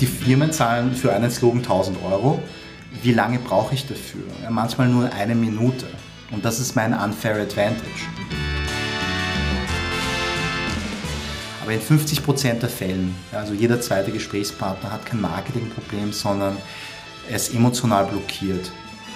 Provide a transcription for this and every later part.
Die Firmen zahlen für einen Slogan 1.000 €. Wie lange brauche ich dafür? Ja, manchmal nur 1 Minute. Und das ist mein unfair advantage. Aber in 50% der Fällen, also jeder zweite Gesprächspartner hat kein Marketingproblem, sondern er ist emotional blockiert.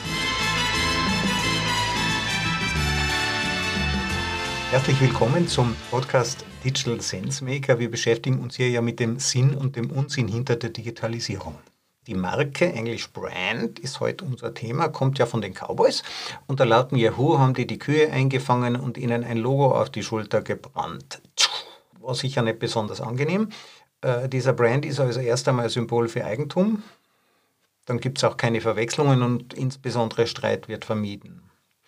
Herzlich willkommen zum Podcast Digital Sensemaker. Wir beschäftigen uns hier ja mit dem Sinn und dem Unsinn hinter der Digitalisierung. Die Marke, englisch Brand, ist heute unser Thema, kommt ja von den Cowboys. Und laut Yahoo haben die Kühe eingefangen und ihnen ein Logo auf die Schulter gebrannt. War sicher nicht besonders angenehm. Dieser Brand ist also erst einmal ein Symbol für Eigentum. Dann gibt es auch keine Verwechslungen und insbesondere Streit wird vermieden.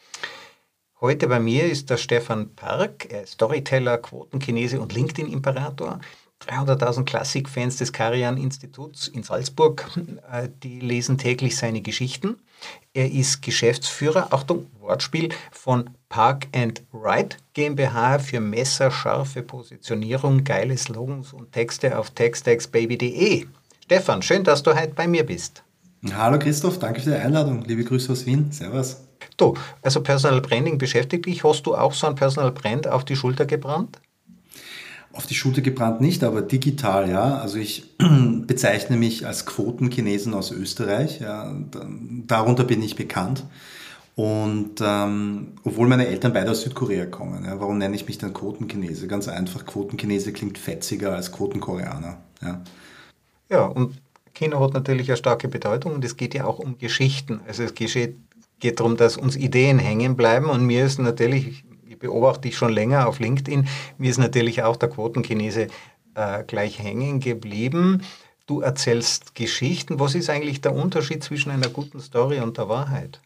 Heute bei mir ist der Stefan Park, er ist Storyteller, Quotenchinese und LinkedIn-Imperator. 300.000 Klassikfans des Karian-Instituts in Salzburg, die lesen täglich seine Geschichten. Er ist Geschäftsführer, Achtung, Wortspiel, von Park & Ride GmbH für messerscharfe Positionierung, geile Slogans und Texte auf textexbaby.de. Stefan, schön, dass du heute bei mir bist. Hallo Christoph, danke für die Einladung. Liebe Grüße aus Wien. Servus. Du, also Personal Branding beschäftigt dich. Hast du auch so ein Personal Brand auf die Schulter gebrannt? Auf die Schulter gebrannt nicht, aber digital, ja. Also ich bezeichne mich als Quotenchinesen aus Österreich. Ja. Darunter bin ich bekannt. Und obwohl meine Eltern beide aus Südkorea kommen, ja, warum nenne ich mich dann Quotenchinese? Ganz einfach, Quotenchinese klingt fetziger als Quotenkoreaner. Ja, ja, und China hat natürlich eine starke Bedeutung und es geht ja auch um Geschichten. Also es geht darum, dass uns Ideen hängen bleiben und mir ist natürlich, ich beobachte dich schon länger auf LinkedIn, mir ist natürlich auch der Quotenchinese gleich hängen geblieben. Du erzählst Geschichten. Was ist eigentlich der Unterschied zwischen einer guten Story und der Wahrheit?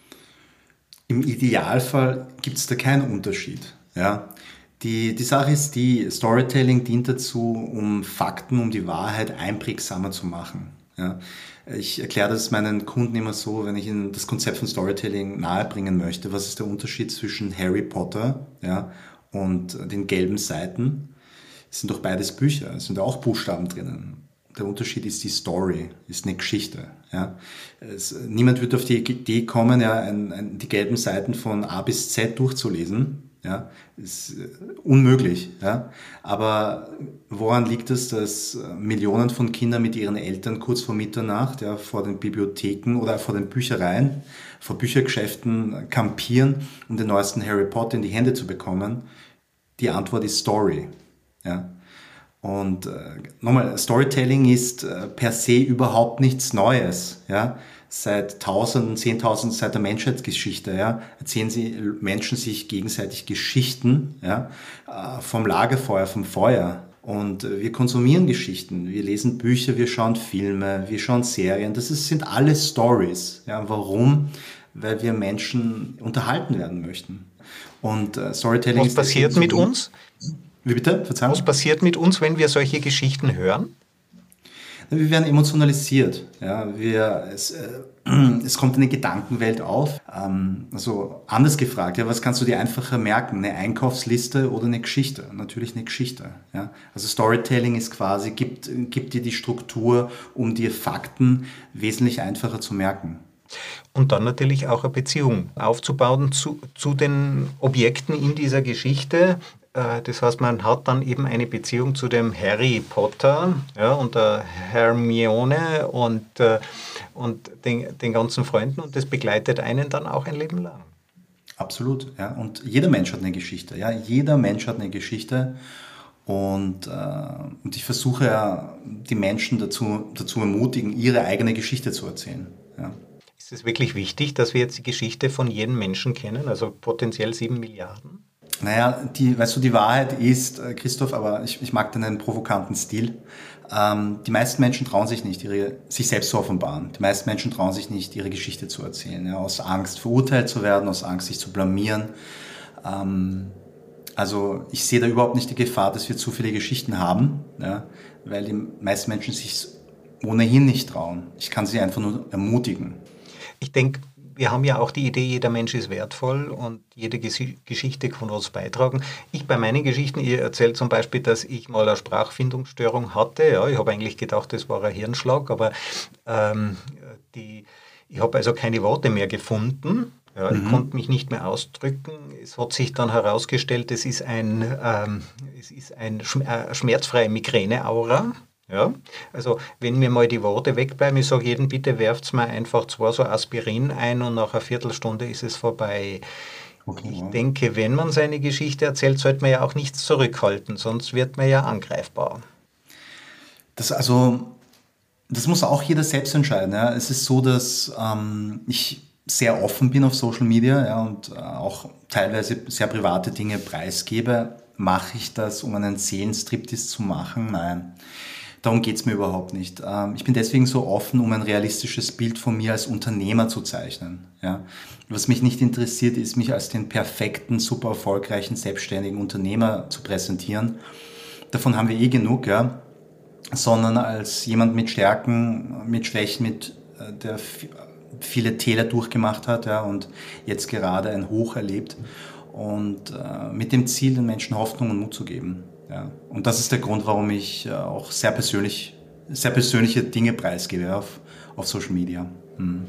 Im Idealfall gibt es da keinen Unterschied. Ja. Die Sache ist die, Storytelling dient dazu, um Fakten, um die Wahrheit einprägsamer zu machen. Ja. Ich erkläre das meinen Kunden immer so, wenn ich ihnen das Konzept von Storytelling nahebringen möchte. Was ist der Unterschied zwischen Harry Potter, ja, und den gelben Seiten? Es sind doch beides Bücher, es sind auch Buchstaben drinnen. Der Unterschied ist die Story, ist eine Geschichte. Ja. Niemand wird auf die Idee kommen, ja, die gelben Seiten von A bis Z durchzulesen. Ja, ist unmöglich. Ja. Aber woran liegt es, dass Millionen von Kindern mit ihren Eltern kurz vor Mitternacht, ja, vor den Bibliotheken oder vor den Büchereien, vor Büchergeschäften kampieren, um den neuesten Harry Potter in die Hände zu bekommen? Die Antwort ist Story. Ja. Und nochmal, Storytelling ist per se überhaupt nichts Neues. Ja. Seit Tausenden, Zehntausenden, seit der Menschheitsgeschichte, ja, erzählen Menschen sich gegenseitig Geschichten, ja, vom Lagerfeuer, vom Feuer. Und wir konsumieren Geschichten, wir lesen Bücher, wir schauen Filme, wir schauen Serien. Sind alles Stories. Ja. Warum? Weil wir Menschen unterhalten werden möchten. Und Storytelling Was passiert mit uns? Wie bitte? Verzeihung? Was passiert mit uns, wenn wir solche Geschichten hören? Wir werden emotionalisiert. Ja, es kommt eine Gedankenwelt auf. Also anders gefragt, ja, was kannst du dir einfacher merken? Eine Einkaufsliste oder eine Geschichte? Natürlich eine Geschichte. Ja. Also Storytelling ist quasi, gibt dir die Struktur, um dir Fakten wesentlich einfacher zu merken. Und dann natürlich auch eine Beziehung aufzubauen zu den Objekten in dieser Geschichte. Das heißt, man hat dann eben eine Beziehung zu dem Harry Potter, ja, und der Hermione und den ganzen Freunden und das begleitet einen dann auch ein Leben lang. Absolut, ja. Und jeder Mensch hat eine Geschichte, ja. Jeder Mensch hat eine Geschichte und ich versuche ja, die Menschen dazu ermutigen, ihre eigene Geschichte zu erzählen, ja. Ist es wirklich wichtig, dass wir jetzt die Geschichte von jedem Menschen kennen, also potenziell 7 Milliarden? Naja, die Wahrheit ist, Christoph, aber ich mag deinen provokanten Stil. Die meisten Menschen trauen sich nicht, sich selbst zu offenbaren. Die meisten Menschen trauen sich nicht, ihre Geschichte zu erzählen. Ja, aus Angst, verurteilt zu werden, aus Angst, sich zu blamieren. Also ich sehe da überhaupt nicht die Gefahr, dass wir zu viele Geschichten haben, ja, weil die meisten Menschen sich ohnehin nicht trauen. Ich kann sie einfach nur ermutigen. Ich denke, wir haben ja auch die Idee, jeder Mensch ist wertvoll und jede Geschichte kann was beitragen. Ich bei meinen Geschichten, ich erzähle zum Beispiel, dass ich mal eine Sprachfindungsstörung hatte. Ja, ich habe eigentlich gedacht, das war ein Hirnschlag, aber ähm, ich habe also keine Worte mehr gefunden. Ja, ich konnte mich nicht mehr ausdrücken. Es hat sich dann herausgestellt, es ist eine schmerzfreie Migräne-Aura. Ja, also wenn mir mal die Worte wegbleiben, ich sage jedem, bitte werft mir einfach 2 so Aspirin ein und nach einer Viertelstunde ist es vorbei. Okay, Ich wow. denke, wenn man seine Geschichte erzählt, sollte man ja auch nichts zurückhalten, sonst wird man ja angreifbar. Das also, das muss auch jeder selbst entscheiden. Ja. Es ist so, dass ich sehr offen bin auf Social Media, ja, und auch teilweise sehr private Dinge preisgebe. Mache ich das, um einen Seelenstriptease zu machen? Nein. Darum geht's mir überhaupt nicht. Ich bin deswegen so offen, um ein realistisches Bild von mir als Unternehmer zu zeichnen. Ja. Was mich nicht interessiert, ist, mich als den perfekten, super erfolgreichen, selbstständigen Unternehmer zu präsentieren. Davon haben wir eh genug, ja, sondern als jemand mit Stärken, mit Schwächen, der viele Täler durchgemacht hat, ja, und jetzt gerade ein Hoch erlebt und mit dem Ziel, den Menschen Hoffnung und Mut zu geben. Ja. Und das ist der Grund, warum ich auch sehr persönliche Dinge preisgebe, ja, auf Social Media. Mhm.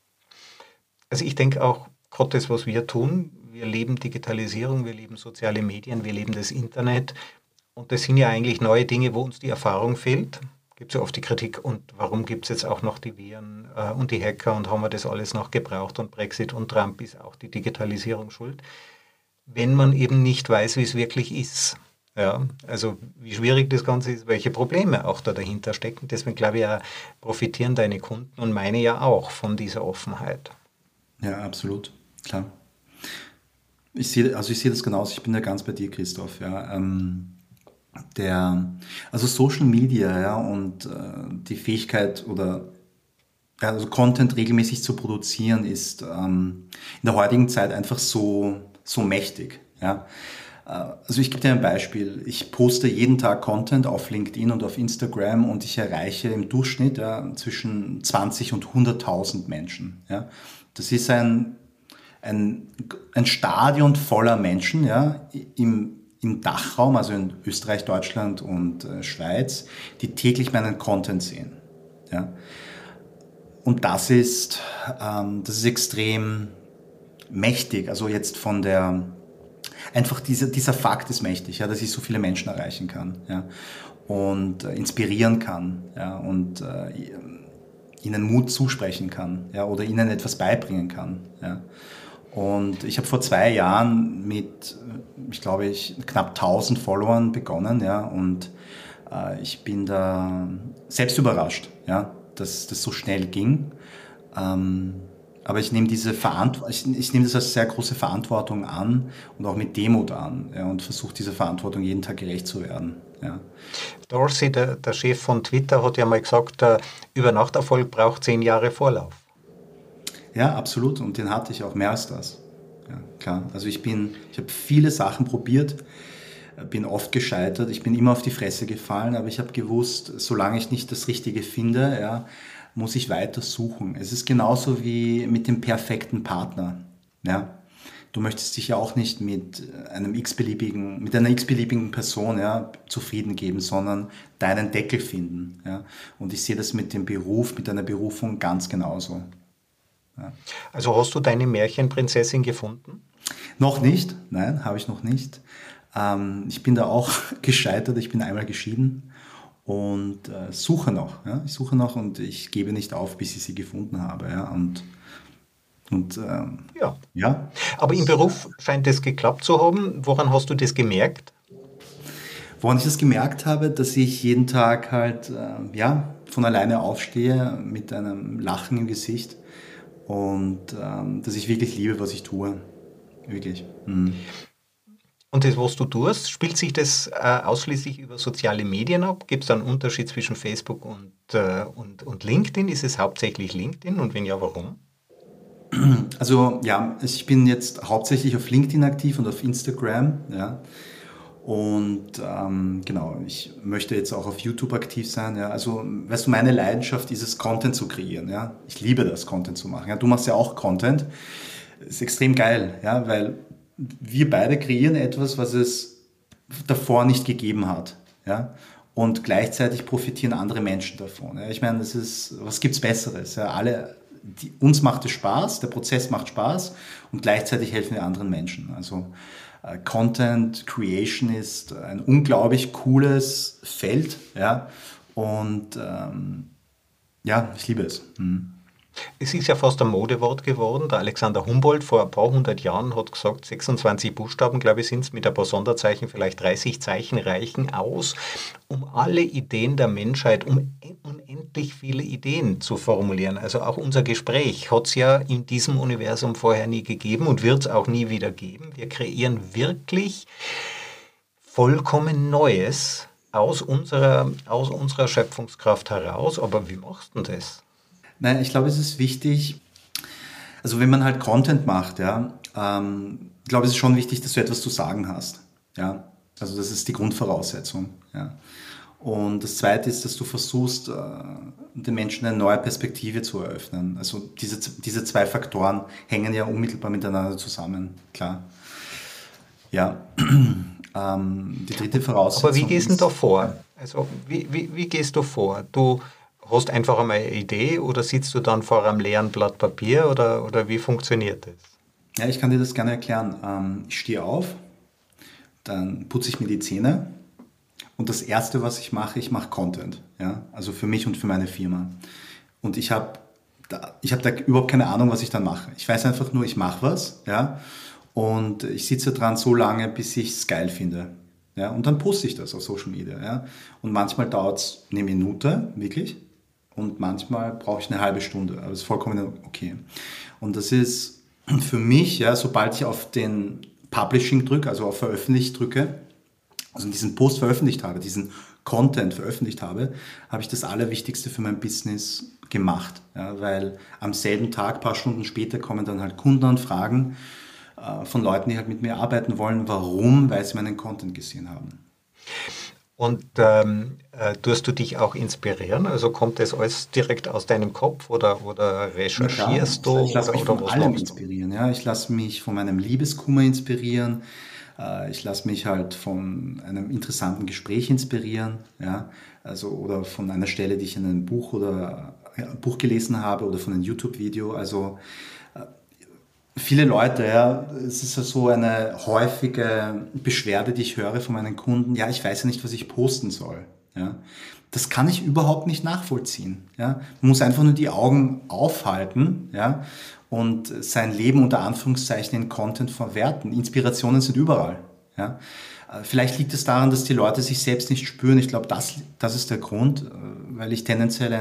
Also ich denke auch, gerade das, was wir tun, wir leben Digitalisierung, wir leben soziale Medien, wir leben das Internet. Und das sind ja eigentlich neue Dinge, wo uns die Erfahrung fehlt. Gibt es ja oft die Kritik, und warum gibt es jetzt auch noch die Viren und die Hacker und haben wir das alles noch gebraucht und Brexit und Trump ist auch die Digitalisierung schuld, wenn man eben nicht weiß, wie es wirklich ist. Ja, also wie schwierig das Ganze ist, welche Probleme auch da dahinter stecken. Deswegen glaube ich, ja, profitieren deine Kunden und meine ja auch von dieser Offenheit. Ja, absolut. Klar. Ich sehe das genauso. Ich bin da ganz bei dir, Christoph. Ja. Also Social Media, ja, und die Fähigkeit oder ja, also Content regelmäßig zu produzieren ist in der heutigen Zeit einfach so mächtig. Ja. Also ich gebe dir ein Beispiel. Ich poste jeden Tag Content auf LinkedIn und auf Instagram und ich erreiche im Durchschnitt ja, zwischen 20 und 100.000 Menschen. Ja. Das ist ein, ein Stadion voller Menschen, ja, im Dachraum, also in Österreich, Deutschland und Schweiz, die täglich meinen Content sehen. Ja. Und das ist extrem mächtig. Also jetzt einfach dieser Fakt ist mächtig, ja, dass ich so viele Menschen erreichen kann, ja, und inspirieren kann, ja, und ihnen Mut zusprechen kann, ja, oder ihnen etwas beibringen kann, ja. Und ich habe vor 2 Jahren mit, knapp 1000 Followern begonnen, ja, und ich bin da selbst überrascht, ja, dass das so schnell ging. Ähm, aber ich nehme das als sehr große Verantwortung an und auch mit Demut an, ja, und versuche dieser Verantwortung jeden Tag gerecht zu werden. Ja, Dorsey, der Chef von Twitter, hat ja mal gesagt, Übernachterfolg braucht 10 Jahre Vorlauf. ja, absolut. Und den hatte ich auch mehr als das. Ja, klar. Also ich habe viele Sachen probiert, bin oft gescheitert, ich bin immer auf die Fresse gefallen, aber ich habe gewusst, solange ich nicht das Richtige finde, ja, muss ich weiter suchen. Es ist genauso wie mit dem perfekten Partner. Ja. Du möchtest dich ja auch nicht mit einer x-beliebigen Person, ja, zufrieden geben, sondern deinen Deckel finden. Ja. Und ich sehe das mit dem Beruf, mit deiner Berufung ganz genauso. Ja. Also hast du deine Märchenprinzessin gefunden? Noch nicht, nein, habe ich noch nicht. Ich bin da auch gescheitert, ich bin einmal geschieden und suche noch. Ja? Ich suche noch und ich gebe nicht auf, bis ich sie gefunden habe. Ja? Und Ja. ja, Aber im Beruf scheint es geklappt zu haben. Woran hast du das gemerkt? woran ich das gemerkt habe, dass ich jeden Tag halt ja, von alleine aufstehe mit einem Lachen im Gesicht und dass ich wirklich liebe, was ich tue. Wirklich. Mhm. Und das, was du tust, spielt sich das ausschließlich über soziale Medien ab? Gibt es da einen Unterschied zwischen Facebook und LinkedIn? Ist es hauptsächlich LinkedIn und wenn ja, warum? Also ja, ich bin jetzt hauptsächlich auf LinkedIn aktiv und auf Instagram, ja. Und genau, ich möchte jetzt auch auf YouTube aktiv sein. Ja. Also, weißt du, meine Leidenschaft ist es, Content zu kreieren. Ja. Ich liebe das, Content zu machen. Ja. Du machst ja auch Content. Ist extrem geil, ja, weil wir beide kreieren etwas, was es davor nicht gegeben hat. Ja. Und gleichzeitig profitieren andere Menschen davon. Ja. Ich meine, was gibt's Besseres? Ja. Uns macht es Spaß, der Prozess macht Spaß und gleichzeitig helfen wir anderen Menschen. Also Content Creation ist ein unglaublich cooles Feld, ja, und ja, ich liebe es. Mhm. Es ist ja fast ein Modewort geworden. Der Alexander Humboldt vor ein paar hundert Jahren hat gesagt, 26 Buchstaben, glaube ich, sind es, mit ein paar Sonderzeichen, vielleicht 30 Zeichen reichen aus, um alle Ideen der Menschheit, um unendlich viele Ideen zu formulieren. Also auch unser Gespräch hat es ja in diesem Universum vorher nie gegeben und wird es auch nie wieder geben. Wir kreieren wirklich vollkommen Neues aus unserer Schöpfungskraft heraus. Aber wie machst du denn das? Nein, ich glaube, es ist wichtig, also wenn man halt Content macht, ja, ich glaube, es ist schon wichtig, dass du etwas zu sagen hast, ja. Also das ist die Grundvoraussetzung, ja. Und das Zweite ist, dass du versuchst, den Menschen eine neue Perspektive zu eröffnen. Also diese zwei Faktoren hängen ja unmittelbar miteinander zusammen, klar. Ja, die dritte Aber wie Voraussetzung gehst du denn da ist, vor? ja, Also wie gehst du vor? Du hast einfach einmal eine Idee oder sitzt du dann vor einem leeren Blatt Papier oder wie funktioniert das? ja, ich kann dir das gerne erklären. Ich stehe auf, dann putze ich mir die Zähne und das Erste, was ich mache Content. Ja? Also für mich und für meine Firma. Und ich hab da überhaupt keine Ahnung, was ich dann mache. Ich weiß einfach nur, ich mache was, ja, und ich sitze dran so lange, bis ich es geil finde. Ja, und dann poste ich das auf Social Media. Ja. Und manchmal dauert es eine Minute, wirklich. Und manchmal brauche ich eine halbe Stunde. Aber das ist vollkommen okay. Und das ist für mich, ja, sobald ich auf den Publishing drücke, also auf Veröffentlicht drücke, also diesen Post veröffentlicht habe, diesen Content veröffentlicht habe, habe ich das Allerwichtigste für mein Business gemacht. Ja, weil am selben Tag, ein paar Stunden später, kommen dann halt Kundenanfragen von Leuten, die halt mit mir arbeiten wollen. Warum? Weil sie meinen Content gesehen haben. Und tust du dich auch inspirieren? Also kommt das alles direkt aus deinem Kopf oder Na klar, recherchierst du ich lasse mich von oder was allem machst du? inspirieren. Ja? Ich lasse mich von meinem Liebeskummer inspirieren. Ich lasse mich halt von einem interessanten Gespräch inspirieren. Ja? Also, oder von einer Stelle, die ich in einem Buch oder ja, Buch gelesen habe oder von einem YouTube-Video. Also viele Leute, ja, es ist ja so eine häufige Beschwerde, die ich höre von meinen Kunden. Ja, ich weiß ja nicht, was ich posten soll. Ja, das kann ich überhaupt nicht nachvollziehen. Ja, man muss einfach nur die Augen aufhalten, ja, und sein Leben unter Anführungszeichen in Content verwerten. Inspirationen sind überall. Ja, vielleicht liegt es daran, dass die Leute sich selbst nicht spüren. Ich glaube, das ist der Grund, weil ich tendenziell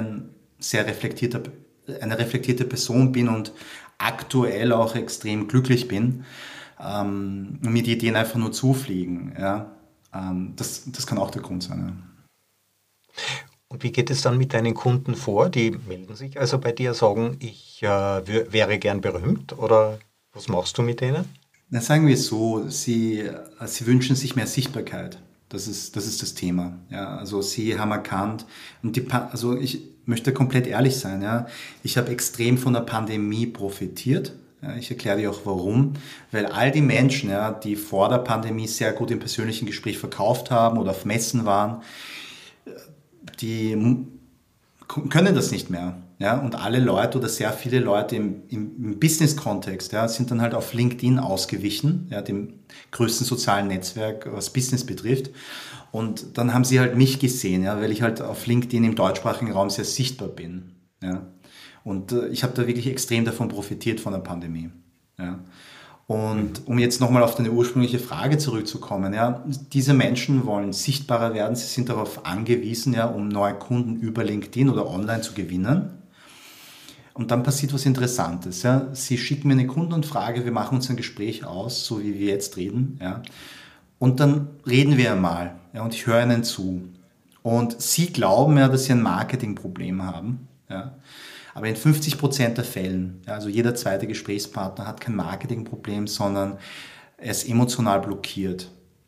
eine reflektierte Person bin und aktuell auch extrem glücklich bin, und mir die Ideen einfach nur zufliegen. Ja? Das kann auch der Grund sein. Ja. Und wie geht es dann mit deinen Kunden vor? Die melden sich also bei dir, sagen, ich wäre gern berühmt oder was machst du mit denen? Na, sagen wir es so, sie wünschen sich mehr Sichtbarkeit. Das ist das Thema. Ja, also sie haben erkannt, und also ich möchte komplett ehrlich sein, ja, ich habe extrem von der Pandemie profitiert. Ja, ich erkläre dir auch warum. Weil all die Menschen, ja, die vor der Pandemie sehr gut im persönlichen Gespräch verkauft haben oder auf Messen waren, die können das nicht mehr. Ja? Und alle Leute oder sehr viele Leute im Business-Kontext, ja, sind dann halt auf LinkedIn ausgewichen, ja, dem größten sozialen Netzwerk, was Business betrifft. Und dann haben sie halt mich gesehen, ja, weil ich halt auf LinkedIn im deutschsprachigen Raum sehr sichtbar bin. Ja? Und ich habe da wirklich extrem davon profitiert von der Pandemie. Ja? Und um jetzt nochmal auf deine ursprüngliche Frage zurückzukommen, ja, diese Menschen wollen sichtbarer werden, sie sind darauf angewiesen, ja, um neue Kunden über LinkedIn oder online zu gewinnen. Und dann passiert was Interessantes. Ja. Sie schicken mir eine Kundenanfrage, wir machen uns ein Gespräch aus, so wie wir jetzt reden. Ja. Und dann reden wir einmal, ja, und ich höre ihnen zu. Und sie glauben ja, dass sie ein Marketingproblem haben. Ja. Aber in 50% der Fällen, ja, also jeder zweite Gesprächspartner hat kein Marketingproblem, sondern er ist emotional blockiert.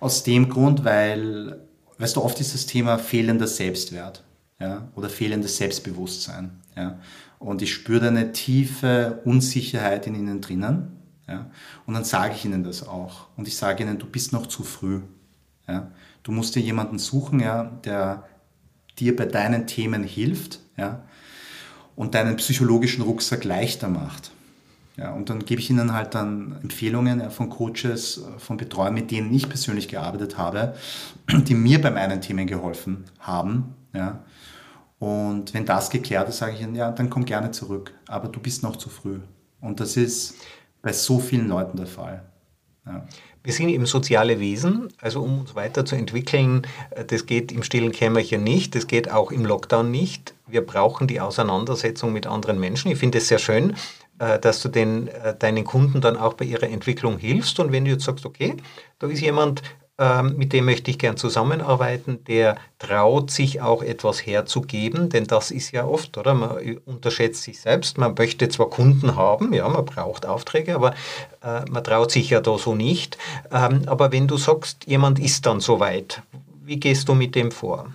Aus dem Grund, weil, weißt du, oft ist das Thema fehlender Selbstwert, ja, oder fehlendes Selbstbewusstsein. Ja. Und ich spüre da eine tiefe Unsicherheit in ihnen drinnen. Ja. Und dann sage ich ihnen das auch. Und ich sage ihnen, du bist noch zu früh. Ja. Du musst dir jemanden suchen, ja, der dir bei deinen Themen hilft, ja, und deinen psychologischen Rucksack leichter macht. Ja, und dann gebe ich ihnen halt dann Empfehlungen, ja, von Coaches, von Betreuern, mit denen ich persönlich gearbeitet habe, die mir bei meinen Themen geholfen haben. Ja. Und wenn das geklärt ist, sage ich ihnen, ja, dann komm gerne zurück, aber du bist noch zu früh. Und das ist bei so vielen Leuten der Fall. Ja. Wir sind eben soziale Wesen, also um uns weiterzuentwickeln, das geht im stillen Kämmerchen nicht, das geht auch im Lockdown nicht. Wir brauchen die Auseinandersetzung mit anderen Menschen. Ich finde es sehr schön, dass du deinen Kunden dann auch bei ihrer Entwicklung hilfst. Und wenn du jetzt sagst, okay, da ist jemand, mit dem möchte ich gern zusammenarbeiten, der traut sich auch etwas herzugeben, denn das ist ja oft, oder? Man unterschätzt sich selbst, man möchte zwar Kunden haben, ja, man braucht Aufträge, aber man traut sich ja da so nicht. Aber wenn du sagst, jemand ist dann soweit, wie gehst du mit dem vor?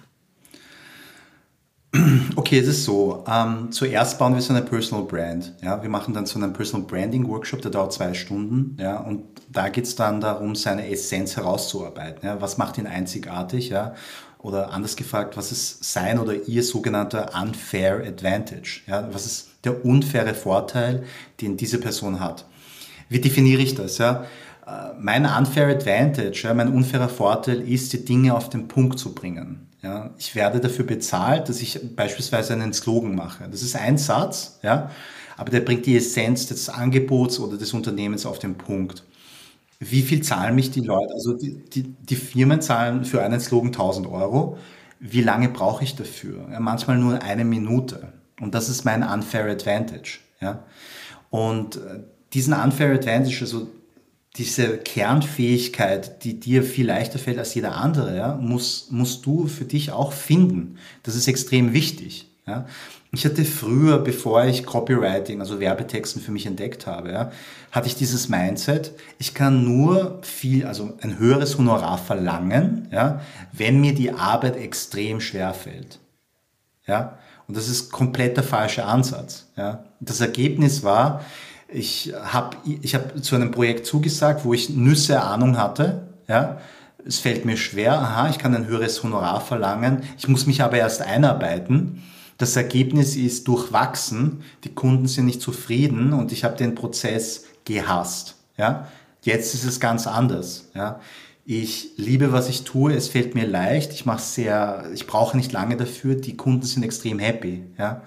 Okay, es ist so. Zuerst bauen wir so eine Personal Brand. Ja, wir machen dann so einen Personal Branding Workshop, der dauert 2 Stunden. Ja, und da geht es dann darum, seine Essenz herauszuarbeiten. Ja, was macht ihn einzigartig? Ja, oder anders gefragt, was ist sein oder ihr sogenannter unfair advantage? Ja, was ist der unfaire Vorteil, den diese Person hat? Wie definiere ich das? Ja? Mein unfair advantage, ja, mein unfairer Vorteil ist, die Dinge auf den Punkt zu bringen. Ja, ich werde dafür bezahlt, dass ich beispielsweise einen Slogan mache. Das ist ein Satz, ja, aber der bringt die Essenz des Angebots oder des Unternehmens auf den Punkt. Wie viel zahlen mich die Leute? Also die Firmen zahlen für einen Slogan 1.000 Euro. Wie lange brauche ich dafür? Ja, manchmal nur 1 Minute. Und das ist mein unfair advantage. Ja. Und diesen unfair advantage, also diese Kernfähigkeit, die dir viel leichter fällt als jeder andere, ja, musst du für dich auch finden. Das ist extrem wichtig. Ja. Ich hatte früher, bevor ich Copywriting, also Werbetexten für mich entdeckt habe, ja, hatte ich dieses Mindset, ich kann nur also ein höheres Honorar verlangen, ja, wenn mir die Arbeit extrem schwer fällt. Ja. Und das ist komplett der falsche Ansatz. Ja. Das Ergebnis war, ich hab zu einem Projekt zugesagt, wo ich Nüsse Ahnung hatte. Ja. Es fällt mir schwer, ich kann ein höheres Honorar verlangen, ich muss mich aber erst einarbeiten. Das Ergebnis ist durchwachsen, die Kunden sind nicht zufrieden und ich habe den Prozess gehasst. Ja. Jetzt ist es ganz anders. Ja. Ich liebe, was ich tue, es fällt mir leicht, ich brauche nicht lange dafür, die Kunden sind extrem happy. Ja.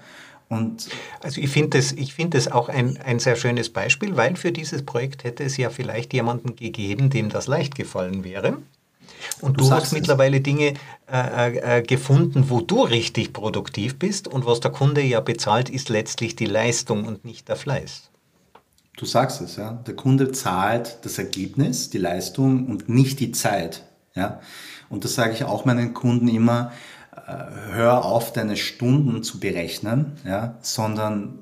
Also ich finde das auch ein sehr schönes Beispiel, weil für dieses Projekt hätte es ja vielleicht jemanden gegeben, dem das leicht gefallen wäre. Und du hast mittlerweile Dinge gefunden, wo du richtig produktiv bist und was der Kunde ja bezahlt, ist letztlich die Leistung und nicht der Fleiß. Du sagst es, ja. Der Kunde zahlt das Ergebnis, die Leistung und nicht die Zeit. Ja. Und das sage ich auch meinen Kunden immer, hör auf, deine Stunden zu berechnen, ja, sondern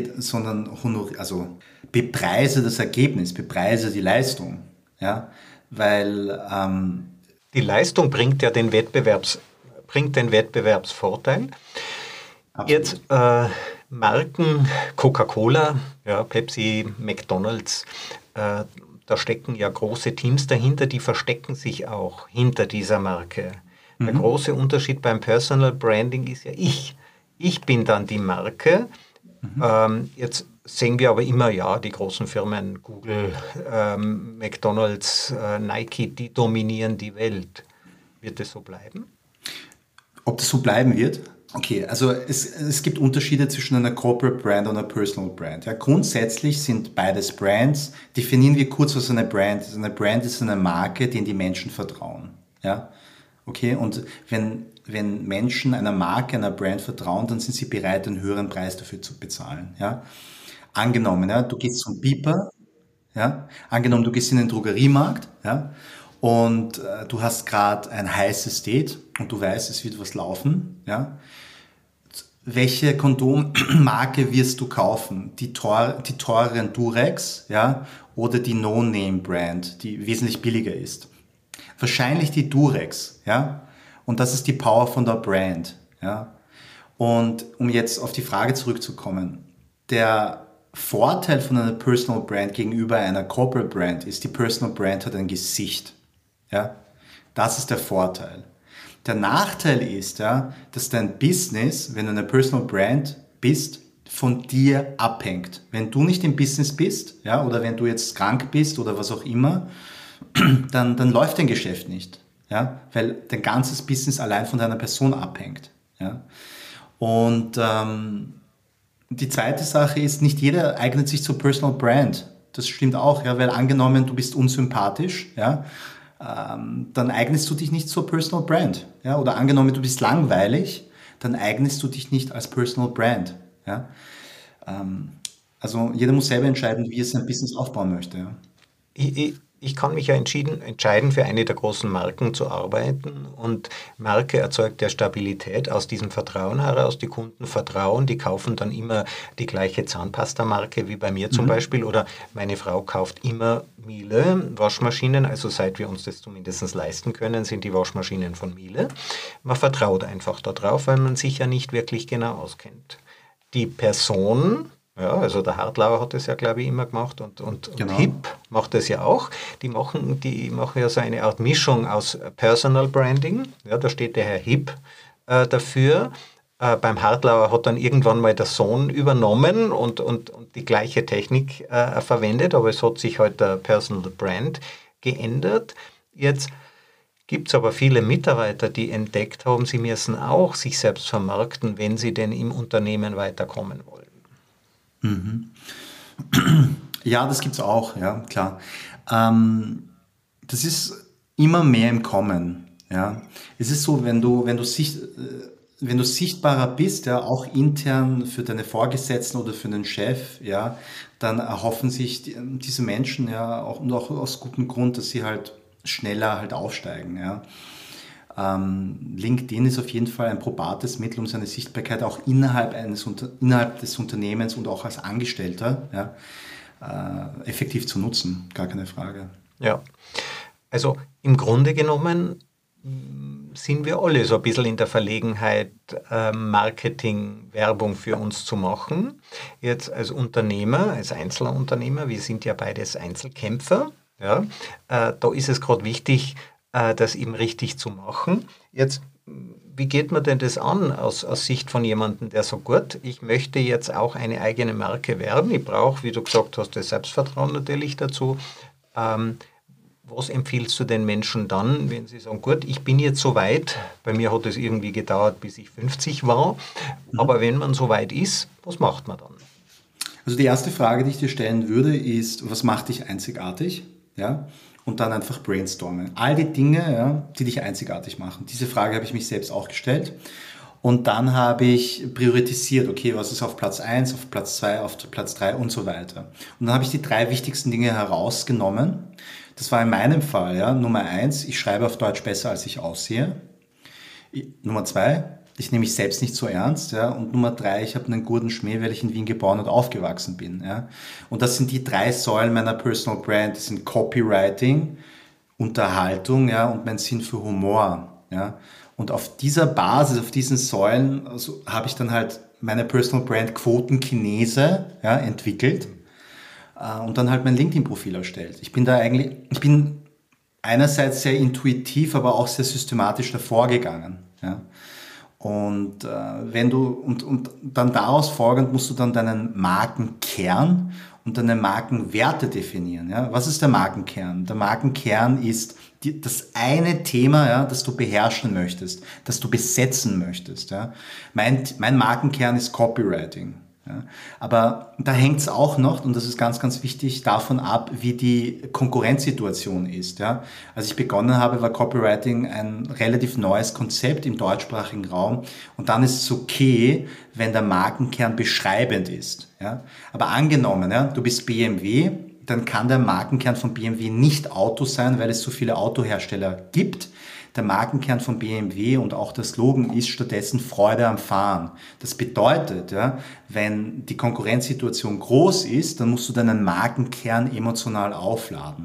bepreise das Ergebnis, bepreise die Leistung. Ja, weil die Leistung bringt ja den Wettbewerbsvorteil. Absolut. Jetzt Marken Coca-Cola, ja, Pepsi, McDonald's, da stecken ja große Teams dahinter, die verstecken sich auch hinter dieser Marke. Der große Unterschied beim Personal Branding ist ja ich bin dann die Marke. Jetzt sehen wir aber immer, ja, die großen Firmen, Google, McDonald's, Nike, die dominieren die Welt. Wird es so bleiben? Ob das so bleiben wird? Okay, also es gibt Unterschiede zwischen einer Corporate Brand und einer Personal Brand. Ja, grundsätzlich sind beides Brands. Definieren wir kurz, was eine Brand ist. Eine Brand ist eine Marke, denen die Menschen vertrauen. Ja, okay, und wenn Menschen einer Marke, einer Brand vertrauen, dann sind sie bereit, einen höheren Preis dafür zu bezahlen. Ja. Angenommen, ja, du gehst zum Bieber, ja, angenommen, du gehst in den Drogeriemarkt, ja, und du hast gerade ein heißes Date und du weißt, es wird was laufen, ja. Welche Kondommarke wirst du kaufen? Die teureren Durex, ja, oder die No-Name-Brand, die wesentlich billiger ist? Wahrscheinlich die Durex, ja. Und das ist die Power von der Brand, ja. Und um jetzt auf die Frage zurückzukommen, der Vorteil von einer Personal Brand gegenüber einer Corporate Brand ist, die Personal Brand hat ein Gesicht, ja. Das ist der Vorteil. Der Nachteil ist, ja, dass dein Business, wenn du eine Personal Brand bist, von dir abhängt. Wenn du nicht im Business bist, ja, oder wenn du jetzt krank bist oder was auch immer, dann läuft dein Geschäft nicht, ja, weil dein ganzes Business allein von deiner Person abhängt, ja. Und die zweite Sache ist, nicht jeder eignet sich zur Personal Brand. Das stimmt auch, ja, weil angenommen, du bist unsympathisch, ja, dann eignest du dich nicht zur Personal Brand. Ja? Oder angenommen, du bist langweilig, dann eignest du dich nicht als Personal Brand. Ja? Also jeder muss selber entscheiden, wie er sein Business aufbauen möchte. Ja? Ich kann mich ja entscheiden, für eine der großen Marken zu arbeiten, und Marke erzeugt ja Stabilität aus diesem Vertrauen heraus. Die Kunden vertrauen, die kaufen dann immer die gleiche Zahnpasta-Marke wie bei mir zum Beispiel, oder meine Frau kauft immer Miele Waschmaschinen, also seit wir uns das zumindest leisten können, sind die Waschmaschinen von Miele. Man vertraut einfach darauf, weil man sich ja nicht wirklich genau auskennt. Die Person... Ja, also der Hartlauer hat das ja, glaube ich, immer gemacht, und Genau. HIP macht das ja auch. Die machen ja so eine Art Mischung aus Personal Branding. Ja, da steht der Herr HIP dafür. Beim Hartlauer hat dann irgendwann mal der Sohn übernommen und die gleiche Technik verwendet, aber es hat sich halt der Personal Brand geändert. Jetzt gibt es aber viele Mitarbeiter, die entdeckt haben, sie müssen auch sich selbst vermarkten, wenn sie denn im Unternehmen weiterkommen wollen. Ja, das gibt's auch, ja, klar. Das ist immer mehr im Kommen. Ja. Es ist so, wenn du sichtbarer bist, ja, auch intern für deine Vorgesetzten oder für den Chef, ja, dann erhoffen sich diese Menschen ja auch, und auch aus gutem Grund, dass sie halt schneller halt aufsteigen. Ja. LinkedIn ist auf jeden Fall ein probates Mittel, um seine Sichtbarkeit auch innerhalb des Unternehmens und auch als Angestellter, ja, effektiv zu nutzen. Gar keine Frage. Ja, also im Grunde genommen sind wir alle so ein bisschen in der Verlegenheit, Marketing, Werbung für uns zu machen. Jetzt als Unternehmer, als Einzelunternehmer, wir sind ja beides Einzelkämpfer, ja, da ist es gerade wichtig, das eben richtig zu machen. Jetzt, wie geht man denn das an aus Sicht von jemandem, der sagt, gut, ich möchte jetzt auch eine eigene Marke werden, ich brauche, wie du gesagt hast, das Selbstvertrauen natürlich dazu. Was empfiehlst du den Menschen dann, wenn sie sagen, gut, ich bin jetzt so weit, bei mir hat es irgendwie gedauert, bis ich 50 war, aber wenn man so weit ist, was macht man dann? Also die erste Frage, die ich dir stellen würde, ist, was macht dich einzigartig? Ja? Und dann einfach brainstormen. All die Dinge, ja, die dich einzigartig machen. Diese Frage habe ich mich selbst auch gestellt. Und dann habe ich priorisiert, okay, was ist auf Platz 1, auf Platz 2, auf Platz 3 und so weiter. Und dann habe ich die 3 wichtigsten Dinge herausgenommen. Das war in meinem Fall, ja, Nummer 1, ich schreibe auf Deutsch besser, als ich aussehe. Nummer 2, ich nehme mich selbst nicht so ernst, ja. Und Nummer 3, ich habe einen guten Schmäh, weil ich in Wien geboren und aufgewachsen bin, ja. Und das sind die 3 Säulen meiner Personal Brand. Das sind Copywriting, Unterhaltung, ja, und mein Sinn für Humor, ja. Und auf dieser Basis, auf diesen Säulen, also, habe ich dann halt meine Personal Brand Quotenchinese, ja, entwickelt, und dann halt mein LinkedIn-Profil erstellt. Ich bin einerseits sehr intuitiv, aber auch sehr systematisch davor gegangen, ja. Und und dann daraus folgend musst du dann deinen Markenkern und deine Markenwerte definieren. Ja? Was ist der Markenkern? Der Markenkern ist das eine Thema, ja, das du beherrschen möchtest, das du besetzen möchtest. Ja? Mein Markenkern ist Copywriting. Ja, aber da hängt es auch noch, und das ist ganz, ganz wichtig, davon ab, wie die Konkurrenzsituation ist. Ja. Als ich begonnen habe, war Copywriting ein relativ neues Konzept im deutschsprachigen Raum, und dann ist es okay, wenn der Markenkern beschreibend ist. Ja. Aber angenommen, ja, du bist BMW, dann kann der Markenkern von BMW nicht Auto sein, weil es so viele Autohersteller gibt. Der Markenkern von BMW und auch der Slogan ist stattdessen Freude am Fahren. Das bedeutet, ja, wenn die Konkurrenzsituation groß ist, dann musst du deinen Markenkern emotional aufladen.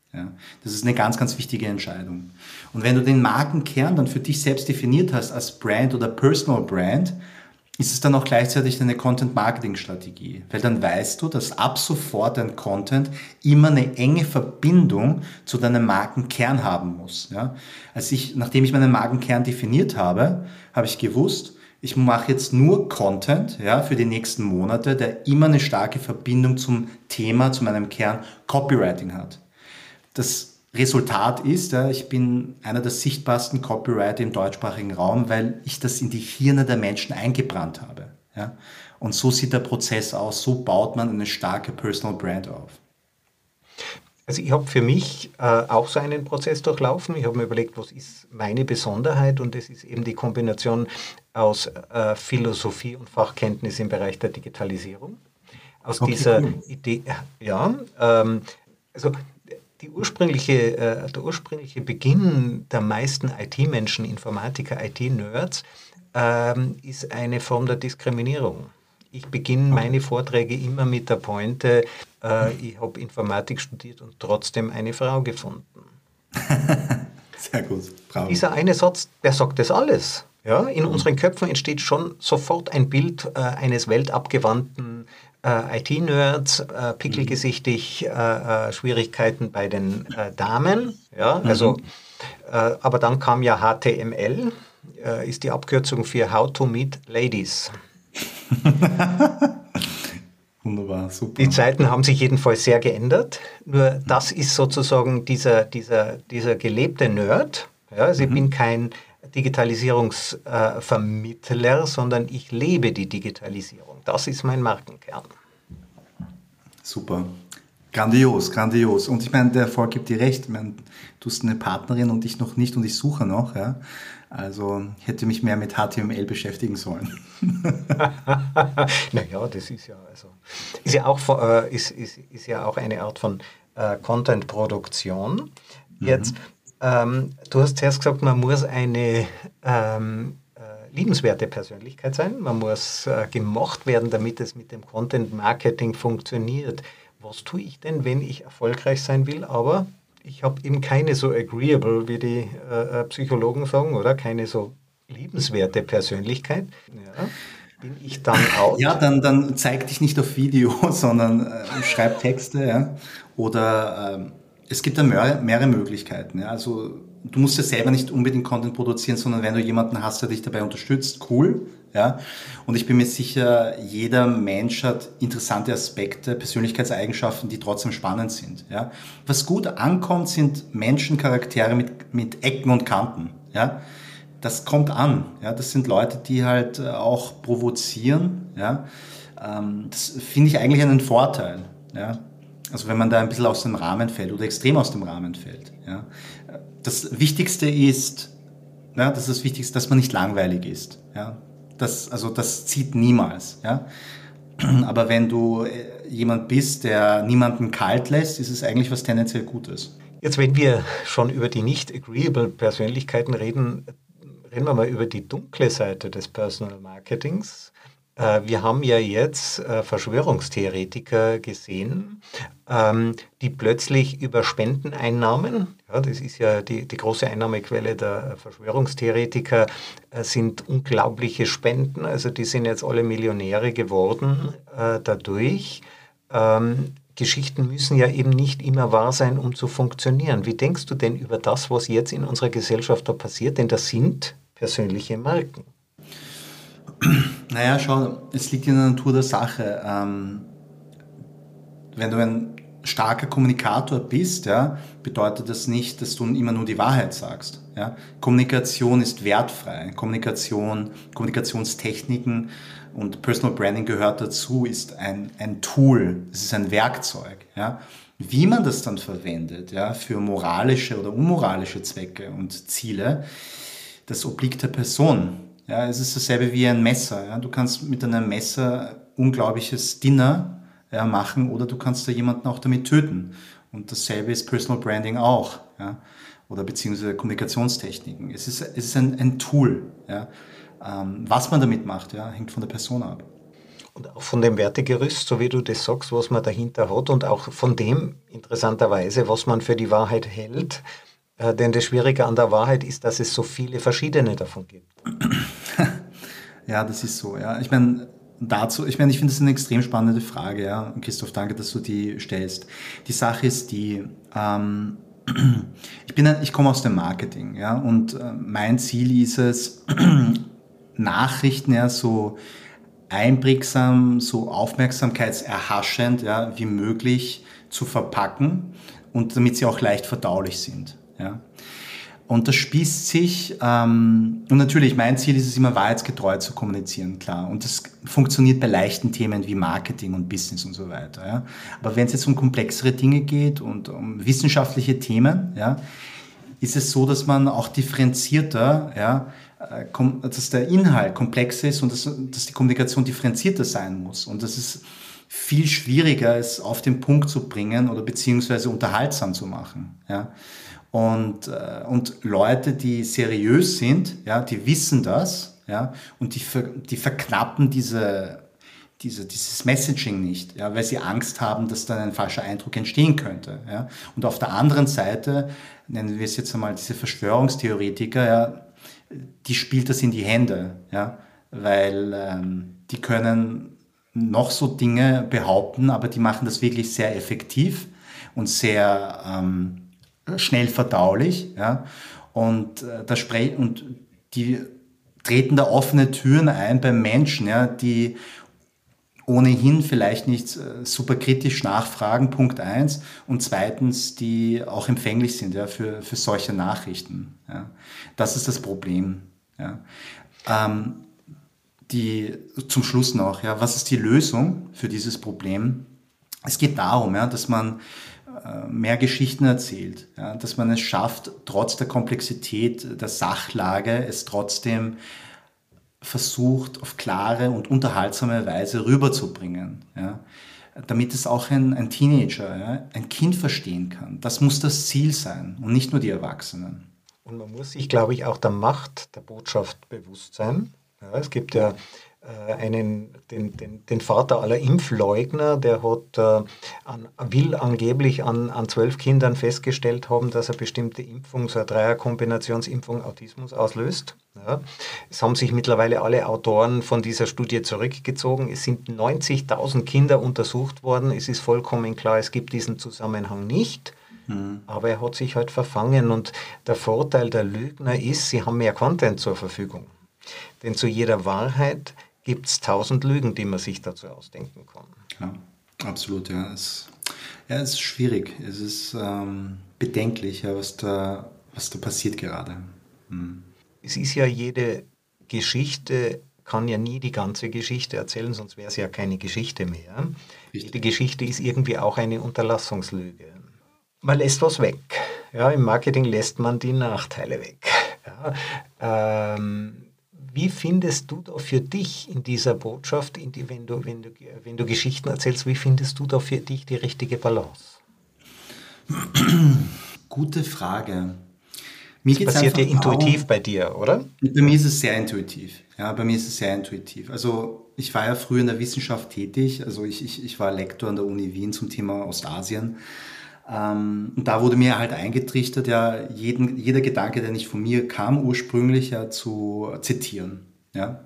Ja, das ist eine ganz, ganz wichtige Entscheidung. Und wenn du den Markenkern dann für dich selbst definiert hast als Brand oder Personal Brand, ist es dann auch gleichzeitig eine Content-Marketing-Strategie. Weil dann weißt du, dass ab sofort dein Content immer eine enge Verbindung zu deinem Markenkern haben muss. Ja? Nachdem ich meinen Markenkern definiert habe, habe ich gewusst, ich mache jetzt nur Content, ja, für die nächsten Monate, der immer eine starke Verbindung zum Thema, zu meinem Kern Copywriting hat. Das Resultat ist, ja, ich bin einer der sichtbarsten Copywriter im deutschsprachigen Raum, weil ich das in die Hirne der Menschen eingebrannt habe. Ja. Und so sieht der Prozess aus, so baut man eine starke Personal Brand auf. Also ich habe für mich auch so einen Prozess durchlaufen. Ich habe mir überlegt, was ist meine Besonderheit, und das ist eben die Kombination aus Philosophie und Fachkenntnis im Bereich der Digitalisierung. Aus dieser Idee, ja, also der ursprüngliche Beginn der meisten IT-Menschen, Informatiker, IT-Nerds, ist eine Form der Diskriminierung. Ich beginne meine Vorträge immer mit der Pointe, ich habe Informatik studiert und trotzdem eine Frau gefunden. Sehr gut, bravo. Dieser eine Satz, der sagt das alles. Ja? In unseren Köpfen entsteht schon sofort ein Bild eines weltabgewandten IT-Nerds, pickelgesichtig, Schwierigkeiten bei den Damen. Ja? Also, aber dann kam ja HTML, ist die Abkürzung für How to Meet Ladies. Wunderbar, super. Die Zeiten haben sich jedenfalls sehr geändert. Nur das ist sozusagen dieser gelebte Nerd. Ja, also ich bin kein Digitalisierungsvermittler, sondern ich lebe die Digitalisierung. Das ist mein Markenkern. Super. Grandios, grandios. Und ich meine, der Erfolg gibt dir recht. Ich meine, du hast eine Partnerin und ich noch nicht, und ich suche noch. Ja? Also ich hätte mich mehr mit HTML beschäftigen sollen. Naja, das ist ja auch eine Art von Content-Produktion. Jetzt, du hast zuerst gesagt, man muss eine liebenswerte Persönlichkeit sein. Man muss gemocht werden, damit es mit dem Content-Marketing funktioniert. Was tue ich denn, wenn ich erfolgreich sein will, aber ich habe eben keine so agreeable, wie die Psychologen sagen, oder keine so liebenswerte Persönlichkeit? Ja. Bin ich dann out? Ja, dann zeig dich nicht auf Video, sondern schreib Texte. Ja? Oder es gibt da mehrere Möglichkeiten. Ja? Also du musst ja selber nicht unbedingt Content produzieren, sondern wenn du jemanden hast, der dich dabei unterstützt, cool. Ja? Und ich bin mir sicher, jeder Mensch hat interessante Aspekte, Persönlichkeitseigenschaften, die trotzdem spannend sind. Ja? Was gut ankommt, sind Menschencharaktere mit Ecken und Kanten. Ja? Das kommt an. Ja? Das sind Leute, die halt auch provozieren. Ja? Das finde ich eigentlich einen Vorteil. Ja? Also wenn man da ein bisschen aus dem Rahmen fällt oder extrem aus dem Rahmen fällt. Ja? Das Wichtigste ist, ja, dass man nicht langweilig ist. Ja? Das zieht niemals. Ja? Aber wenn du jemand bist, der niemanden kalt lässt, ist es eigentlich was tendenziell Gutes. Jetzt, wenn wir schon über die nicht agreeable Persönlichkeiten reden, reden wir mal über die dunkle Seite des Personal Marketings. Wir haben ja jetzt Verschwörungstheoretiker gesehen, die plötzlich über Spendeneinnahmen, ja, das ist ja die große Einnahmequelle der Verschwörungstheoretiker, sind unglaubliche Spenden, also die sind jetzt alle Millionäre geworden dadurch. Geschichten müssen ja eben nicht immer wahr sein, um zu funktionieren. Wie denkst du denn über das, was jetzt in unserer Gesellschaft da passiert? Denn das sind persönliche Marken. Naja, schau, es liegt in der Natur der Sache. Wenn du ein starker Kommunikator bist, ja, bedeutet das nicht, dass du immer nur die Wahrheit sagst. Ja. Kommunikation ist wertfrei. Kommunikationstechniken und Personal Branding gehört dazu, ist ein Tool, es ist ein Werkzeug. Ja. Wie man das dann verwendet, ja, für moralische oder unmoralische Zwecke und Ziele, das obliegt der Person. Ja, es ist dasselbe wie ein Messer. Ja. Du kannst mit einem Messer unglaubliches Dinner machen oder du kannst da jemanden auch damit töten. Und dasselbe ist Personal Branding auch. Ja. Oder beziehungsweise Kommunikationstechniken. Es ist ein Tool. Ja. Was man damit macht, ja, hängt von der Person ab. Und auch von dem Wertegerüst, so wie du das sagst, was man dahinter hat und auch von dem interessanterweise, was man für die Wahrheit hält. Denn das Schwierige an der Wahrheit ist, dass es so viele verschiedene davon gibt. Ja, das ist so. Ja. Ich finde das eine extrem spannende Frage. Ja. Und Christoph, danke, dass du die stellst. Die Sache ist die, ich komme aus dem Marketing, ja, und mein Ziel ist es, Nachrichten ja so einprägsam, so aufmerksamkeitserhaschend, ja, wie möglich zu verpacken und damit sie auch leicht verdaulich sind. Ja. Und das spießt sich, und natürlich, mein Ziel ist es immer, wahrheitsgetreu zu kommunizieren, klar. Und das funktioniert bei leichten Themen wie Marketing und Business und so weiter. Ja. Aber wenn es jetzt um komplexere Dinge geht und um wissenschaftliche Themen, ja, ist es so, dass man auch differenzierter, ja, dass der Inhalt komplex ist und dass die Kommunikation differenzierter sein muss. Und das ist viel schwieriger, es auf den Punkt zu bringen oder beziehungsweise unterhaltsam zu machen. Ja. Und Leute, die seriös sind, ja, die wissen das, ja, und die verknappen dieses Messaging nicht, ja, weil sie Angst haben, dass dann ein falscher Eindruck entstehen könnte. Ja. Und auf der anderen Seite, nennen wir es jetzt einmal diese Verschwörungstheoretiker, ja, die spielt das in die Hände, ja, weil die können noch so Dinge behaupten, aber die machen das wirklich sehr effektiv und sehr schnell verdaulich, ja, und die treten da offene Türen ein bei Menschen, ja, die ohnehin vielleicht nicht super kritisch nachfragen, Punkt eins, und zweitens, die auch empfänglich sind, ja, für solche Nachrichten. Ja. Das ist das Problem. Ja. Zum Schluss noch, ja, was ist die Lösung für dieses Problem? Es geht darum, ja, dass man mehr Geschichten erzählt, ja, dass man es schafft, trotz der Komplexität der Sachlage es trotzdem versucht, auf klare und unterhaltsame Weise rüberzubringen, ja, damit es auch ein Teenager, ja, ein Kind verstehen kann. Das muss das Ziel sein und nicht nur die Erwachsenen. Und man muss sich, glaube ich, auch der Macht der Botschaft bewusst sein. Ja, es gibt ja den Vater aller Impfleugner, der will angeblich an 12 Kindern festgestellt haben, dass eine bestimmte Impfung, so eine Dreierkombinationsimpfung, Autismus auslöst. Ja. Es haben sich mittlerweile alle Autoren von dieser Studie zurückgezogen. Es sind 90.000 Kinder untersucht worden. Es ist vollkommen klar, es gibt diesen Zusammenhang nicht. Aber er hat sich halt verfangen. Und der Vorteil der Lügner ist, sie haben mehr Content zur Verfügung. Denn zu jeder Wahrheit gibt es 1000 Lügen, die man sich dazu ausdenken kann. Ja, absolut, ja. Es ist schwierig. Es ist bedenklich, ja, was da passiert gerade. Es ist ja jede Geschichte, kann ja nie die ganze Geschichte erzählen, sonst wäre es ja keine Geschichte mehr. Richtig. Jede Geschichte ist irgendwie auch eine Unterlassungslüge. Man lässt was weg. Ja, im Marketing lässt man die Nachteile weg. Ja, wie findest du da für dich in dieser Botschaft, wenn du Geschichten erzählst, wie findest du da für dich die richtige Balance? Gute Frage. Das passiert ja intuitiv bei dir, oder? Bei mir ist es sehr intuitiv. Ja, bei mir ist es sehr intuitiv. Also ich war ja früher in der Wissenschaft tätig. Also ich war Lektor an der Uni Wien zum Thema Ostasien. Und da wurde mir halt eingetrichtert, ja, jeder Gedanke, der nicht von mir kam, ursprünglich ja zu zitieren. Ja.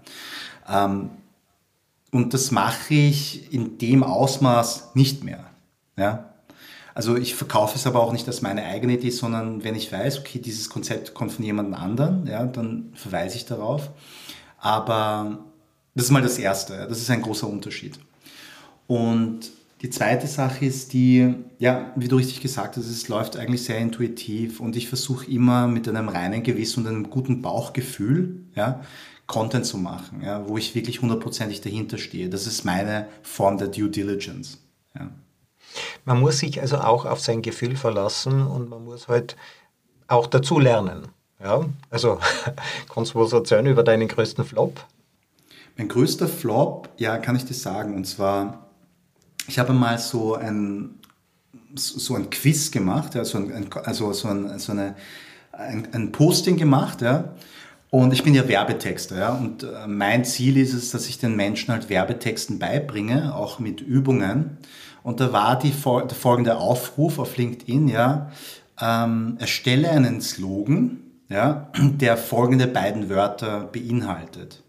Und das mache ich in dem Ausmaß nicht mehr. Ja. Also ich verkaufe es aber auch nicht als meine eigene Idee, sondern wenn ich weiß, okay, dieses Konzept kommt von jemand anderen, ja, dann verweise ich darauf. Aber das ist mal das Erste, ja, das ist ein großer Unterschied. Und die zweite Sache ist die, ja, wie du richtig gesagt hast, es läuft eigentlich sehr intuitiv und ich versuche immer mit einem reinen Gewissen und einem guten Bauchgefühl, ja, Content zu machen, ja, wo ich wirklich 100%ig dahinter stehe. Das ist meine Form der Due Diligence. Ja. Man muss sich also auch auf sein Gefühl verlassen und man muss halt auch dazu lernen. Ja? Also kannst du was erzählen über deinen größten Flop? Mein größter Flop, ja, kann ich dir sagen, und zwar ich habe mal so ein Quiz gemacht, ja, ein Posting gemacht, ja, Und ich bin ja Werbetexter, ja. Und mein Ziel ist es, dass ich den Menschen halt Werbetexten beibringe, auch mit Übungen. Und da war der folgende Aufruf auf LinkedIn, ja. Erstelle einen Slogan, ja, der folgende beiden Wörter beinhaltet.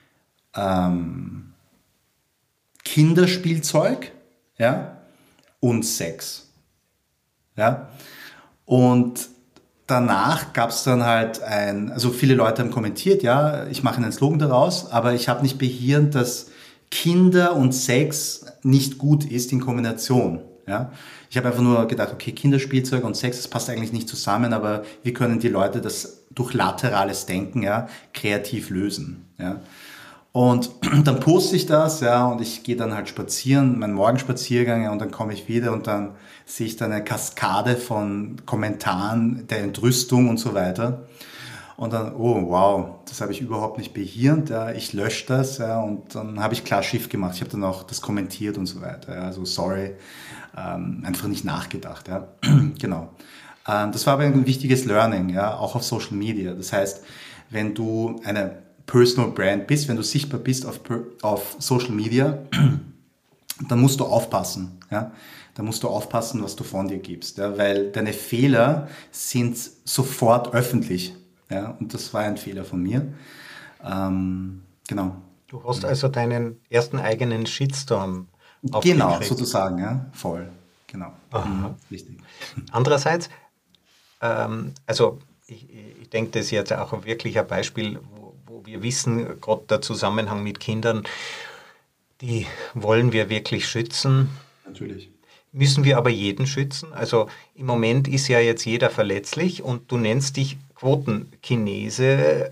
Kinderspielzeug, ja, und Sex. Ja. Und danach gab es dann halt also viele Leute haben kommentiert, ja, ich mache einen Slogan daraus, aber ich habe nicht behirnt, dass Kinder und Sex nicht gut ist in Kombination. Ja. Ich habe einfach nur gedacht, okay, Kinderspielzeug und Sex, das passt eigentlich nicht zusammen, aber wie können die Leute das durch laterales Denken, ja, kreativ lösen. Ja. Und dann poste ich das, ja, und ich gehe dann halt spazieren, meinen Morgenspaziergang, ja, und dann komme ich wieder und dann sehe ich dann eine Kaskade von Kommentaren der Entrüstung und so weiter. Und dann, oh wow, das habe ich überhaupt nicht behirnt, ja, ich lösche das, ja, und dann habe ich klar Schiff gemacht. Ich habe dann auch das kommentiert und so weiter, ja, also sorry, einfach nicht nachgedacht, ja, genau. Das war aber ein wichtiges Learning, ja, auch auf Social Media. Das heißt, wenn du eine Personal Brand bist, wenn du sichtbar bist auf Social Media, dann musst du aufpassen. Ja? Da musst du aufpassen, was du von dir gibst, ja? Weil deine Fehler sind sofort öffentlich. Ja? Und das war ein Fehler von mir. Genau. Du hast also deinen ersten eigenen Shitstorm Genau, aufgekriegt. sozusagen, ja, voll. Genau. Aha. Richtig. Andererseits, also ich denke, das ist jetzt auch wirklich ein Beispiel, wo wir wissen, gerade der Zusammenhang mit Kindern, die wollen wir wirklich schützen. Natürlich. Müssen wir aber jeden schützen? Also im Moment ist ja jetzt jeder verletzlich und du nennst dich Quotenchinese,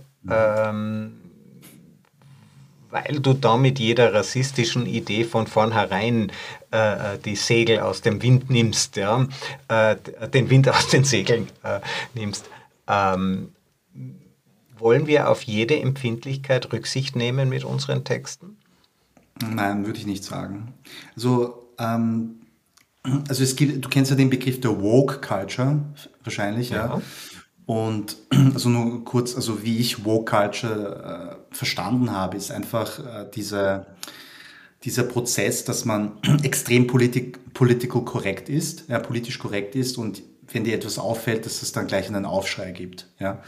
weil du damit jeder rassistischen Idee von vornherein die Segel aus dem Wind nimmst, ja? Den Wind aus den Segeln nimmst. Wollen wir auf jede Empfindlichkeit Rücksicht nehmen mit unseren Texten? Nein, würde ich nicht sagen. Also du kennst ja den Begriff der Woke Culture wahrscheinlich, ja. Ja. Und also nur kurz, also wie ich Woke Culture verstanden habe, ist einfach dieser Prozess, dass man extrem political korrekt ist, ja, politisch korrekt ist und wenn dir etwas auffällt, dass es dann gleich einen Aufschrei gibt, ja.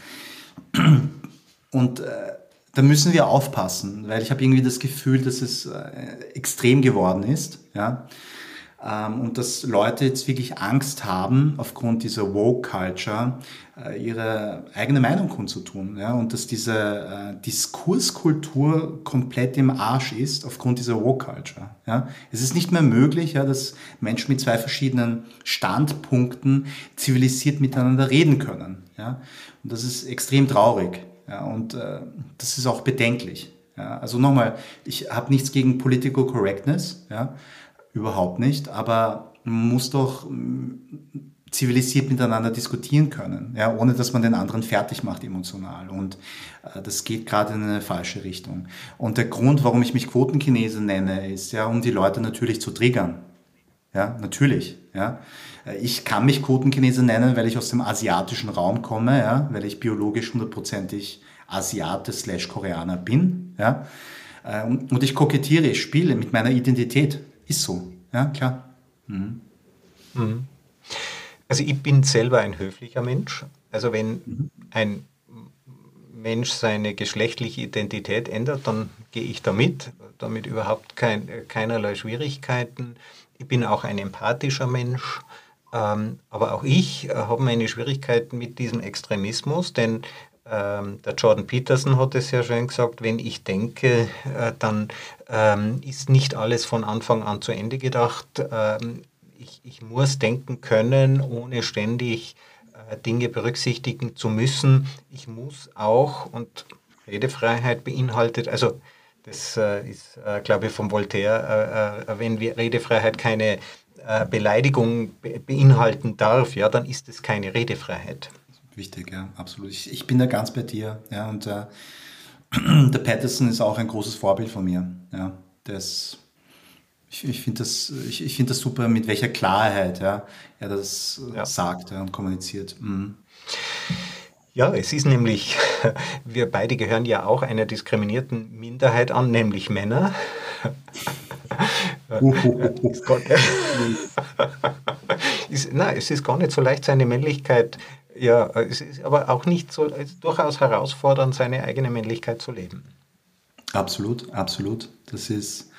Und da müssen wir aufpassen, weil ich habe irgendwie das Gefühl, dass es extrem geworden ist, ja. Und dass Leute jetzt wirklich Angst haben, aufgrund dieser Woke-Culture ihre eigene Meinung kundzutun. Ja? Und dass diese Diskurskultur komplett im Arsch ist aufgrund dieser Woke-Culture. Ja? Es ist nicht mehr möglich, ja, dass Menschen mit zwei verschiedenen Standpunkten zivilisiert miteinander reden können. Ja? Und das ist extrem traurig. Ja? Und das ist auch bedenklich. Ja? Also nochmal, ich habe nichts gegen Political Correctness, ja? Überhaupt nicht, aber man muss doch zivilisiert miteinander diskutieren können, ja, ohne dass man den anderen fertig macht emotional. Und das geht gerade in eine falsche Richtung. Und der Grund, warum ich mich Quotenchinese nenne, ist ja, um die Leute natürlich zu triggern. Ja, natürlich. Ja. Ich kann mich Quotenchinese nennen, weil ich aus dem asiatischen Raum komme, ja, weil ich biologisch 100%ig Asiate/Koreaner bin. Ja. Und ich kokettiere, ich spiele mit meiner Identität. Ist so, ja, klar. Mhm. Mhm. Also ich bin selber ein höflicher Mensch. Also wenn ein Mensch seine geschlechtliche Identität ändert, dann gehe ich damit überhaupt keinerlei Schwierigkeiten. Ich bin auch ein empathischer Mensch, aber auch ich habe meine Schwierigkeiten mit diesem Extremismus, denn der Jordan Peterson hat es ja schön gesagt, wenn ich denke, dann ist nicht alles von Anfang an zu Ende gedacht. Ich muss denken können, ohne ständig Dinge berücksichtigen zu müssen. Ich muss auch, und Redefreiheit beinhaltet, also das ist, glaube ich, von Voltaire, wenn Redefreiheit keine Beleidigung beinhalten darf, ja, dann ist es keine Redefreiheit. Wichtig, ja, absolut. Ich bin da ganz bei dir, ja, und der Patterson ist auch ein großes Vorbild von mir, ja. Ich finde das super, mit welcher Klarheit, ja, er das Ja. sagt, ja, und kommuniziert. Mhm. Ja, es ist nämlich, wir beide gehören ja auch einer diskriminierten Minderheit an, nämlich Männer. Es ist gar nicht so leicht, seine Männlichkeit, ja, es ist aber auch nicht so, es ist durchaus herausfordernd, seine eigene Männlichkeit zu leben. Absolut, absolut. Das ist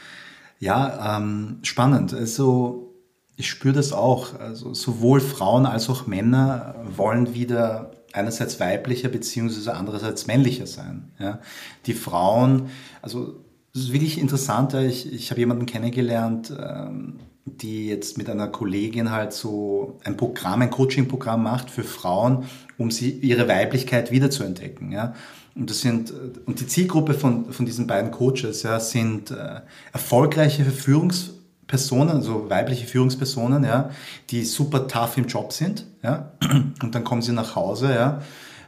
spannend. Also ich spüre das auch. Also sowohl Frauen als auch Männer wollen wieder einerseits weiblicher beziehungsweise andererseits männlicher sein. Ja. Die Frauen, also das ist wirklich interessant. Ich habe jemanden kennengelernt, die jetzt mit einer Kollegin halt so ein Coaching-Programm macht für Frauen, um ihre Weiblichkeit wiederzuentdecken. Ja. Und die Zielgruppe von diesen beiden Coaches sind erfolgreiche Führungspersonen, also weibliche Führungspersonen, ja, die super tough im Job sind, ja, und dann kommen sie nach Hause, ja,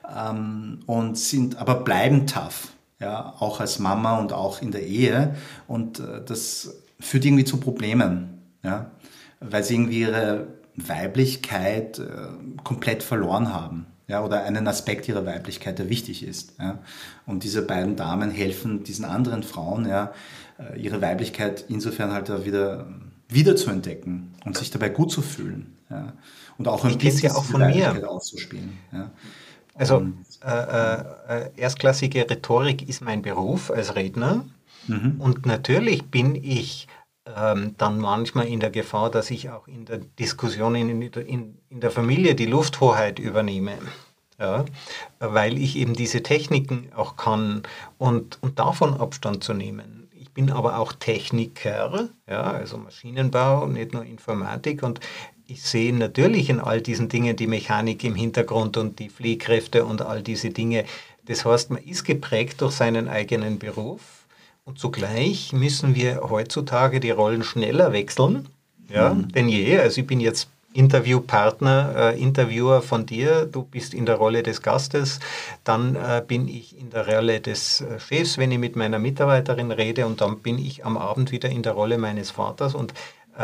und aber bleiben tough, ja, auch als Mama und auch in der Ehe, und das führt irgendwie zu Problemen, ja, weil sie irgendwie ihre Weiblichkeit komplett verloren haben. Ja, oder einen Aspekt ihrer Weiblichkeit, der wichtig ist. Ja. Und diese beiden Damen helfen diesen anderen Frauen, ja, ihre Weiblichkeit insofern halt wieder zu entdecken und sich dabei gut zu fühlen. Ja. Und auch ein bisschen ja auch von mir auszuspielen. Ja. Also erstklassige Rhetorik ist mein Beruf als Redner. Und natürlich bin ich dann manchmal in der Gefahr, dass ich auch in der Diskussion in der Familie die Lufthoheit übernehme. Ja, weil ich eben diese Techniken auch kann und davon Abstand zu nehmen. Ich bin aber auch Techniker, ja, also Maschinenbau, nicht nur Informatik, und ich sehe natürlich in all diesen Dingen die Mechanik im Hintergrund und die Fliehkräfte und all diese Dinge. Das heißt, man ist geprägt durch seinen eigenen Beruf. Und zugleich müssen wir heutzutage die Rollen schneller wechseln, ja, denn je. Also ich bin jetzt Interviewpartner, Interviewer von dir, du bist in der Rolle des Gastes, dann bin ich in der Rolle des Chefs, wenn ich mit meiner Mitarbeiterin rede, und dann bin ich am Abend wieder in der Rolle meines Vaters und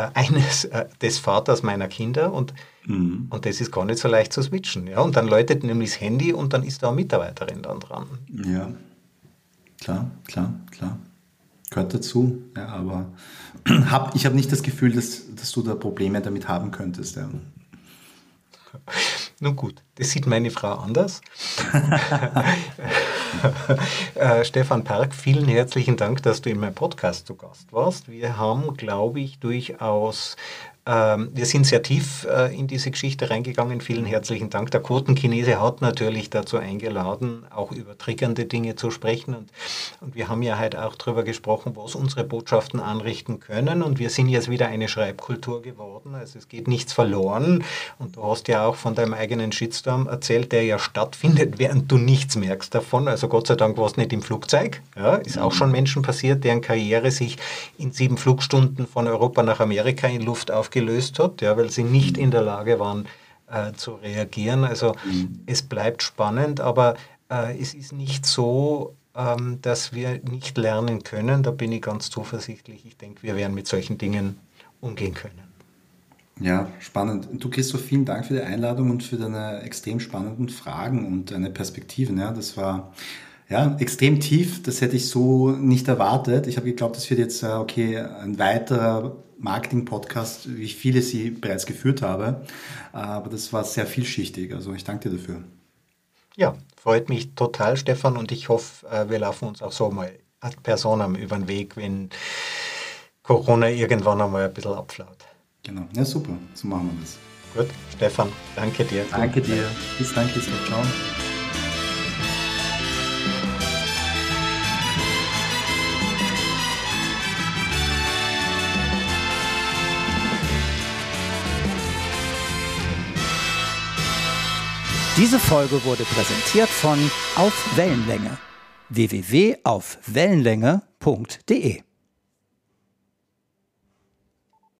des Vaters meiner Kinder, und das ist gar nicht so leicht zu switchen. Ja? Und dann läutet nämlich das Handy und dann ist da eine Mitarbeiterin dann dran. Ja, klar. Gehört dazu, ja, aber ich habe nicht das Gefühl, dass du da Probleme damit haben könntest. Ja. Nun gut, das sieht meine Frau anders. Stefan Park, vielen herzlichen Dank, dass du in meinem Podcast zu Gast warst. Wir haben, glaube ich, durchaus wir sind sehr tief in diese Geschichte reingegangen. Vielen herzlichen Dank. Der Quotenchinese hat natürlich dazu eingeladen, auch über triggernde Dinge zu sprechen. Und wir haben ja heute auch darüber gesprochen, was unsere Botschaften anrichten können. Und wir sind jetzt wieder eine Schreibkultur geworden. Also es geht nichts verloren. Und du hast ja auch von deinem eigenen Shitstorm erzählt, der ja stattfindet, während du nichts merkst davon. Also Gott sei Dank warst du nicht im Flugzeug. Ja, ist auch schon Menschen passiert, deren Karriere sich in 7 Flugstunden von Europa nach Amerika in Luft aufgelöst hat, ja, weil sie nicht in der Lage waren zu reagieren. Also es bleibt spannend, aber es ist nicht so, dass wir nicht lernen können. Da bin ich ganz zuversichtlich. Ich denke, wir werden mit solchen Dingen umgehen können. Ja, spannend. Du, Christoph, vielen Dank für die Einladung und für deine extrem spannenden Fragen und deine Perspektiven. Ja, das war extrem tief. Das hätte ich so nicht erwartet. Ich habe geglaubt, das wird jetzt ein weiterer Marketing-Podcast, wie ich viele sie bereits geführt habe. Aber das war sehr vielschichtig. Also ich danke dir dafür. Ja, freut mich total, Stefan. Und ich hoffe, wir laufen uns auch so mal ad personam über den Weg, wenn Corona irgendwann einmal ein bisschen abflaut. Genau, ja super, so machen wir das. Gut, Stefan, danke dir. Danke dir. Bis dann, Christoph. Ciao. Diese Folge wurde präsentiert von Auf Wellenlänge. www.aufwellenlänge.de